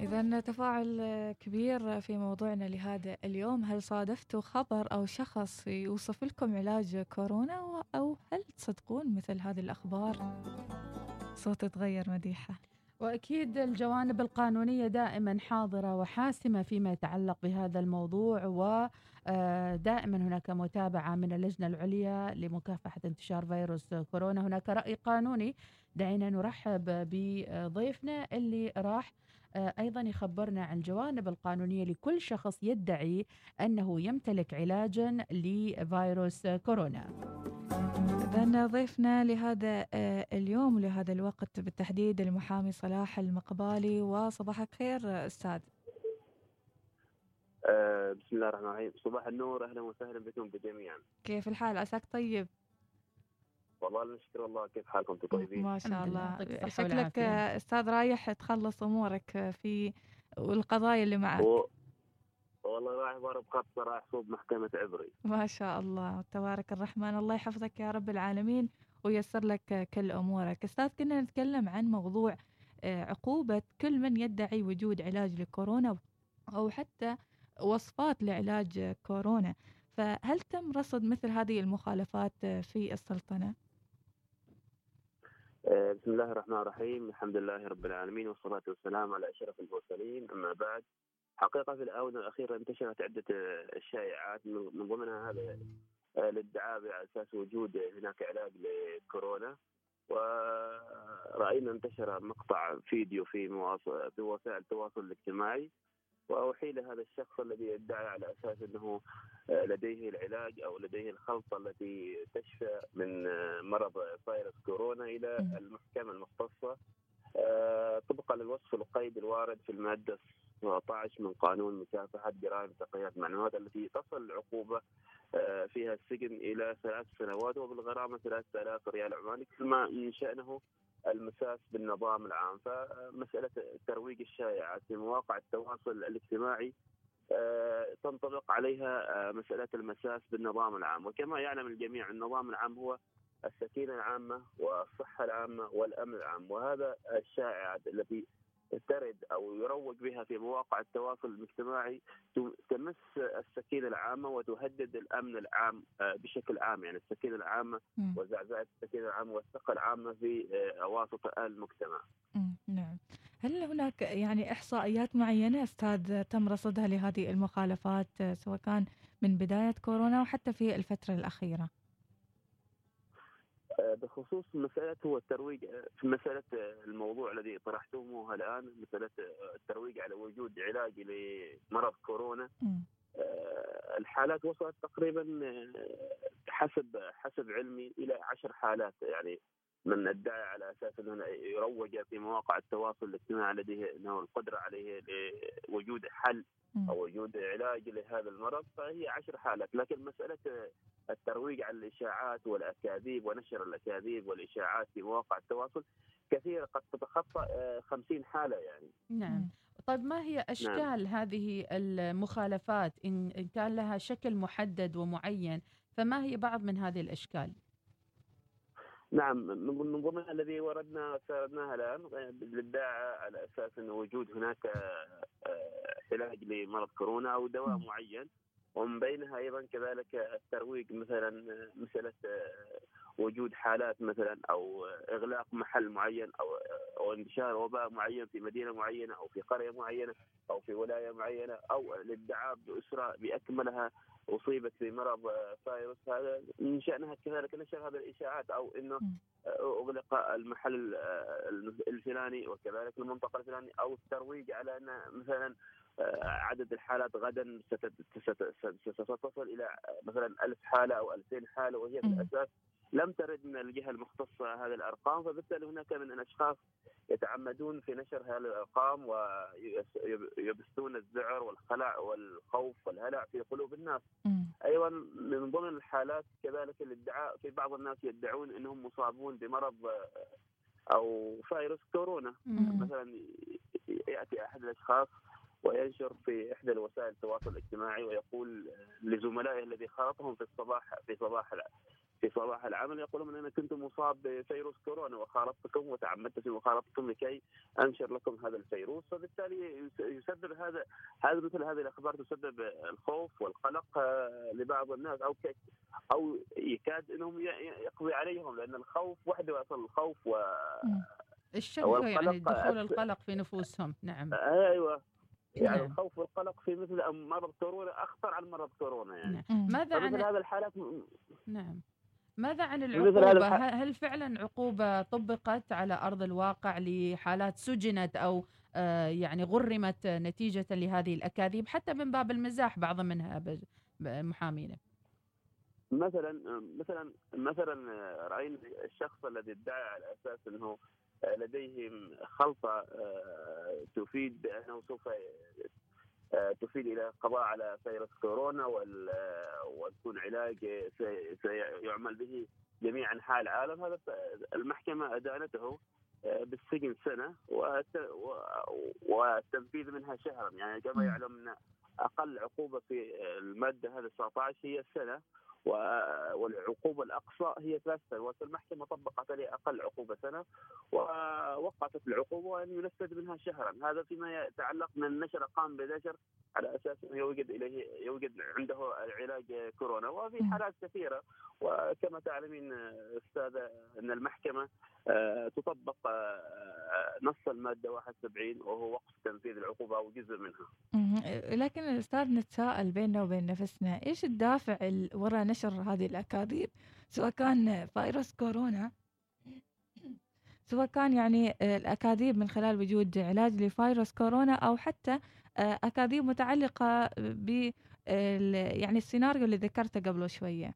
إذا تفاعل كبير في موضوعنا لهذا اليوم. هل صادفتوا خبر أو شخص يوصف لكم علاج كورونا أو هل تصدقون مثل هذه الأخبار؟ صوت تغير مديحة. وأكيد الجوانب القانونية دائما حاضرة وحاسمة فيما يتعلق بهذا الموضوع، ودائما هناك متابعة من اللجنة العليا لمكافحة انتشار فيروس كورونا. هناك رأي قانوني. دعينا نرحب بضيفنا اللي راح أيضا يخبرنا عن الجوانب القانونية لكل شخص يدعي أنه يمتلك علاجا لفيروس كورونا. إذن ضيفنا لهذا اليوم لهذا الوقت بالتحديد المحامي صلاح المقبالي. وصباحك خير أستاذ. بسم الله الرحمن الرحيم. صباح النور، أهلا وسهلا بكم جميعا. كيف الحال؟ عساك طيب؟ والله نشكر الله. كيف حالكم؟ انتم طيبين؟ ما شاء الحمد لله، الله. يعطيك الصحة شكلك والعافية. أستاذ رايح تخلص أمورك في والقضايا اللي معك. و... والله رايح ضرب خط، رايح صوب محكمة عبري. ما شاء الله تبارك الرحمن. الله يحفظك يا رب العالمين وييسر لك كل أمورك. أستاذ، كنا نتكلم عن موضوع عقوبة كل من يدعي وجود علاج لكورونا أو حتى وصفات لعلاج كورونا. فهل تم رصد مثل هذه المخالفات في السلطنة؟ بسم الله الرحمن الرحيم. الحمد لله رب العالمين والصلاة والسلام على أشرف المرسلين. أما بعد، حقيقة في الآونة الأخيرة انتشرت عدة الشائعات من ضمنها هذا الادعاء على أساس وجود هناك علاج لكورونا. ورأينا انتشر مقطع فيديو في وسائل التواصل الاجتماعي، وأحيل هذا الشخص الذي يدعي على أساس أنه لديه العلاج أو لديه الخلطة التي تشفى من مرض فيروس كورونا إلى المحكمة المختصة طبقا للوصف القيد الوارد في المادة 17 من قانون مكافحة جرائم تقنيات المعلومات، التي تصل العقوبة فيها السجن إلى 3 سنوات وبالغرامة 3000 ريال عماني، كل ما من شأنه المساس بالنظام العام. فمسألة ترويج الشائعات في مواقع التواصل الاجتماعي تنطبق عليها مسألة المساس بالنظام العام. وكما يعلم الجميع، النظام العام هو السكينة العامة والصحة العامة والأمن العام، وهذا الشائعات التي ترد أو يروج بها في مواقع التواصل الاجتماعي تمس السكينة العامة وتهدد الأمن العام بشكل عام، يعني السكينة العامة وزعزعة السكينة العامة والثقة العامة في أواسط المجتمع. نعم. هل هناك يعني إحصائيات معينة أستاذ تم رصدها لهذه المخالفات سواء كان من بداية كورونا وحتى في الفترة الأخيرة؟ بخصوص مسألة هو الترويج في مسألة الموضوع الذي طرحتموه الآن، مسألة الترويج على وجود علاج لمرض كورونا. الحالات وصلت تقريبا حسب علمي إلى 10 حالات، يعني من ادعى على اساس انه يروج في مواقع التواصل الاجتماعي لديه انه القدره عليه لوجود حل او وجود علاج لهذا المرض، فهي 10 حالات. لكن مساله الترويج على الاشاعات والاكاذيب ونشر الاكاذيب والاشاعات في مواقع التواصل كثيره، قد تتخطى 50 حاله يعني. نعم. طيب، ما هي نعم. أشكال هذه المخالفات إن كان لها شكل محدد ومعين؟ فما هي بعض من هذه الأشكال؟ نعم، من ضمن الذي سردناها الآن بالادعاء على أساس أن وجود هناك علاج لمرض كورونا أو دواء معين، ومن بينها أيضا كذلك الترويج مثلا مسألة وجود حالات مثلا أو إغلاق محل معين أو انتشار وباء معين في مدينة معينة أو في قرية معينة أو في ولاية معينة، أو الادعاء بأسرة بأكملها أصيبت بمرض فيروس. هذا من شأنها كذلك نشر هذه الإشاعات، أو أنه أغلق المحل الفلاني وكذلك المنطقة الفلانية، أو الترويج على أن مثلا عدد الحالات غدا ستصل إلى مثلا 1000 حالة أو 2000 حالة، وهي بالأساس لم ترد من الجهة المختصة هذه الأرقام. فبالتالي هناك من الأشخاص يتعمدون في نشر هذه الأرقام ويبثون الذعر والخلع والخوف والهلع في قلوب الناس. أيضا من ضمن الحالات كذلك الادعاء، في بعض الناس يدعون أنهم مصابون بمرض أو فيروس كورونا. مثلا يأتي أحد الأشخاص وينشر في إحدى الوسائل التواصل الاجتماعي ويقول لزملائه الذي خالطهم في صباح في صباح العمل يقولون أنا كنت مصاب بفيروس كورونا وخالطتكم وتعمدت في مخالطتكم لكي أنشر لكم هذا الفيروس، فبالتالي يسبب هذا مثل هذه الأخبار تسبب الخوف والقلق لبعض الناس، أو يكاد أنهم يقضي عليهم، لأن الخوف وحده أصلا الخوف الشك والقلق يعني دخول القلق في نفوسهم. نعم. أيوه، يعني نعم. الخوف والقلق في مثل مرض كورونا أخطر عن مرض كورونا يعني. نعم. ماذا فمثل عن هذه الحالات نعم ماذا عن مثل هذا العقوبة؟ هل فعلا عقوبة طبقت على أرض الواقع لحالات سجنت أو يعني غرمت نتيجة لهذه الأكاذيب، حتى من باب المزاح بعض منها محامينا؟ مثلا راينا الشخص الذي ادعى على اساس انه لديه خلطه تفيد بانه سوف تفيد الى القضاء على فيروس كورونا وتكون علاج سيعمل به جميع انحاء العالم. هذا المحكمه ادانته بالسجن سنه والتنفيذ منها شهرا، يعني كما يعلم ان اقل عقوبه في الماده هذه 19 هي سنه، والعقوبة الأقصى هي 3 سنوات. المحكمة طبقت عليه أقل عقوبة سنة ووقفت العقوبة أن ينفذ منها شهرا. هذا فيما يتعلق من النشر، قام بنشر على أساس أنه يوجد عنده علاج كورونا. وفي حالات كثيرة، وكما تعلمين أستاذة أن المحكمة تطبق نص المادة 71 وهو وقف تنفيذ العقوبة أو جزء منها. لكن الأستاذ نتساءل بيننا وبين نفسنا، إيش الدافع وراء نشر هذه الأكاذيب، سواء كان فيروس كورونا، سواء كان يعني الأكاذيب من خلال وجود علاج لفيروس كورونا، أو حتى أكاذيب متعلقة ب يعني السيناريو اللي ذكرته قبل شوية.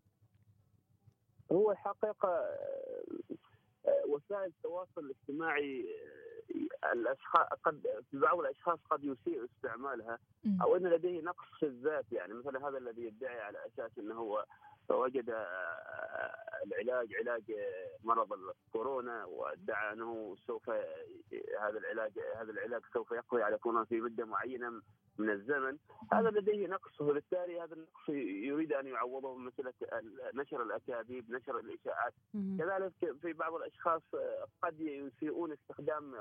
هو الحقيقة وسائل التواصل الاجتماعي الاشخاص في بعض الاشخاص قد يسيء استعمالها او ان لديه نقص في الذات. يعني مثلا هذا الذي يدعي على اساس انه هو وجد علاج مرض الكورونا وادعى انه سوف هذا العلاج سوف يقضي على كورونا في مده معينه من الزمن. هذا لديه نقص، وبالتالي هذا النقص يريد ان يعوضه بمثل نشر الاكاذيب، نشر الاشاعات. كذلك في بعض الاشخاص قد يسيئون استخدام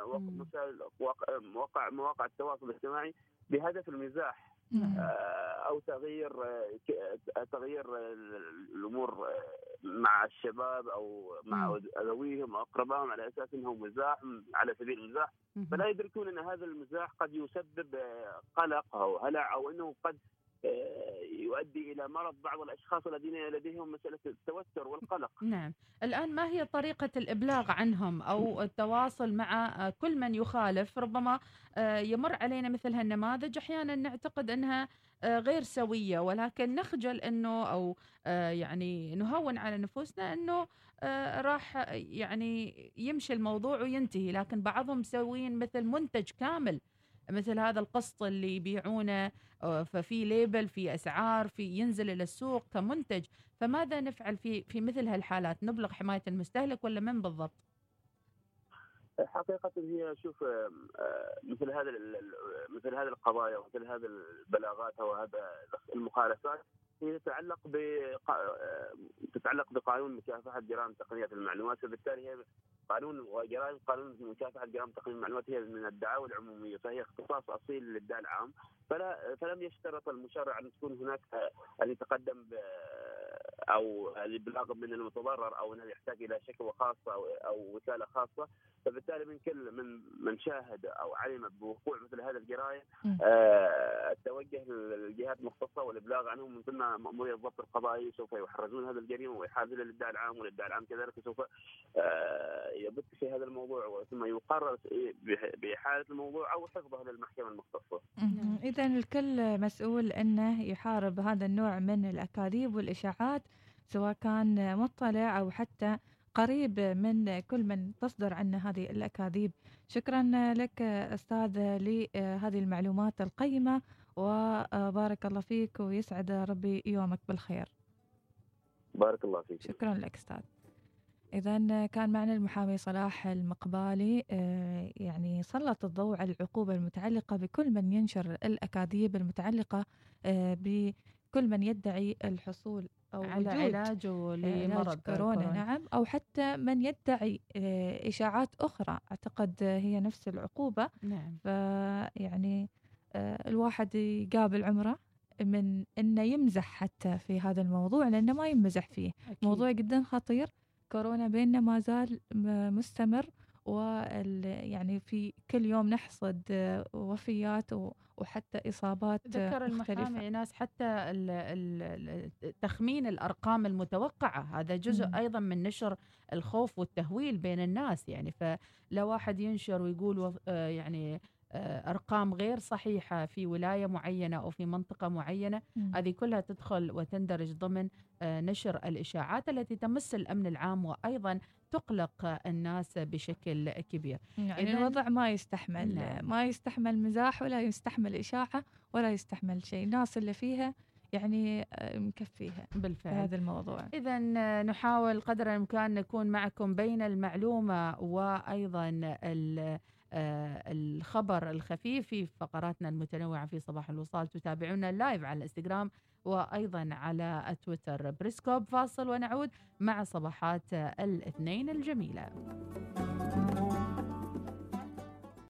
مواقع التواصل الاجتماعي بهدف المزاح او تغيير الامور مع الشباب او مع ذويهم او اقربائهم على اساس انه مزاح، على سبيل المزاح، فلا يدركون ان هذا المزاح قد يسبب قلق او هلع، او انه قد يؤدي إلى مرض بعض الأشخاص الذين لديهم مسألة التوتر والقلق. نعم. الآن ما هي طريقة الإبلاغ عنهم أو التواصل مع كل من يخالف؟ ربما يمر علينا مثل هالنماذج، أحيانا نعتقد أنها غير سوية، ولكن نخجل أنه أو يعني نهون على نفوسنا أنه راح يعني يمشي الموضوع وينتهي، لكن بعضهم مسوين مثل منتج كامل، مثل هذا القسط اللي يبيعونه، ففي ليبل، في أسعار، في ينزل إلى السوق كمنتج. فماذا نفعل في مثل هالحالات؟ نبلغ حماية المستهلك ولا من بالضبط؟ حقيقة هي شوف مثل هذه القضايا ومثل هذه البلاغات أو هذا المخالفات هي تتعلق بقانون مكافحة جرائم تقنية المعلومات، وبالتالي هي قانون مكافحة جرائم تقنية المعلومات هي من الدعاوى العمومية، فهي اختصاص أصيل للادعاء العام. فلم يشترط المشرع أن تكون هناك أن يتقدم أو الإبلاغ من المتضرر أو أنه يحتاج إلى شكوى خاصة أو وكالة خاصة. فبالتالي من شاهد أو علم بوقوع مثل هذه الجرائم التوجه للجهات المختصة والإبلاغ عنهم، من ثم مأمورية الضبط القضائي سوف يحرزون هذا الجريمة ويحالون للادعاء العام، والادعاء العام كذلك سوف يبت في هذا الموضوع ثم يقرر بإحالة الموضوع أو حفظه للمحكمة المختصة. إذا الكل مسؤول أنه يحارب هذا النوع من الأكاذيب والإشاعات، سواء كان مطلع أو حتى قريب من كل من تصدر عنه هذه الأكاذيب. شكرا لك أستاذ لهذه المعلومات القيمة، وبارك الله فيك ويسعد ربي يومك بالخير. بارك الله فيك. شكرا لك أستاذ. إذا كان معنا المحامي صلاح المقبالي، يعني سلط الضوء على العقوبة المتعلقة بكل من ينشر الأكاذيب المتعلقة كل من يدعي الحصول أو على وجود علاج علاج لمرض كورونا، نعم، أو حتى من يدعي إشاعات أخرى أعتقد هي نفس العقوبة. نعم. فيعني الواحد يقابل عمره من إنه يمزح حتى في هذا الموضوع، لأنه ما يمزح فيه. أكيد. موضوع جدا خطير. كورونا بيننا ما زال مستمر، يعني في كل يوم نحصد وفيات وحتى إصابات ذكر مختلفة. المحامي إيناس حتى تخمين الأرقام المتوقعة، هذا جزء أيضا من نشر الخوف والتهويل بين الناس. يعني فلو واحد ينشر ويقول يعني أرقام غير صحيحة في ولاية معينة أو في منطقة معينة، هذه كلها تدخل وتندرج ضمن نشر الإشاعات التي تمس الأمن العام، وأيضا تقلق الناس بشكل كبير. يعني الوضع ما يستحمل. نعم. ما يستحمل مزاح، ولا يستحمل إشاعة، ولا يستحمل شيء. الناس اللي فيها يعني مكفيها بالفعل هذا الموضوع. إذا نحاول قدر الإمكان نكون معكم بين المعلومة وأيضا الخبر الخفيف في فقراتنا المتنوعة في صباح الوصال. تتابعونا لايف على الانستغرام وأيضا على تويتر. بريسكوب فاصل ونعود مع صباحات الاثنين الجميلة.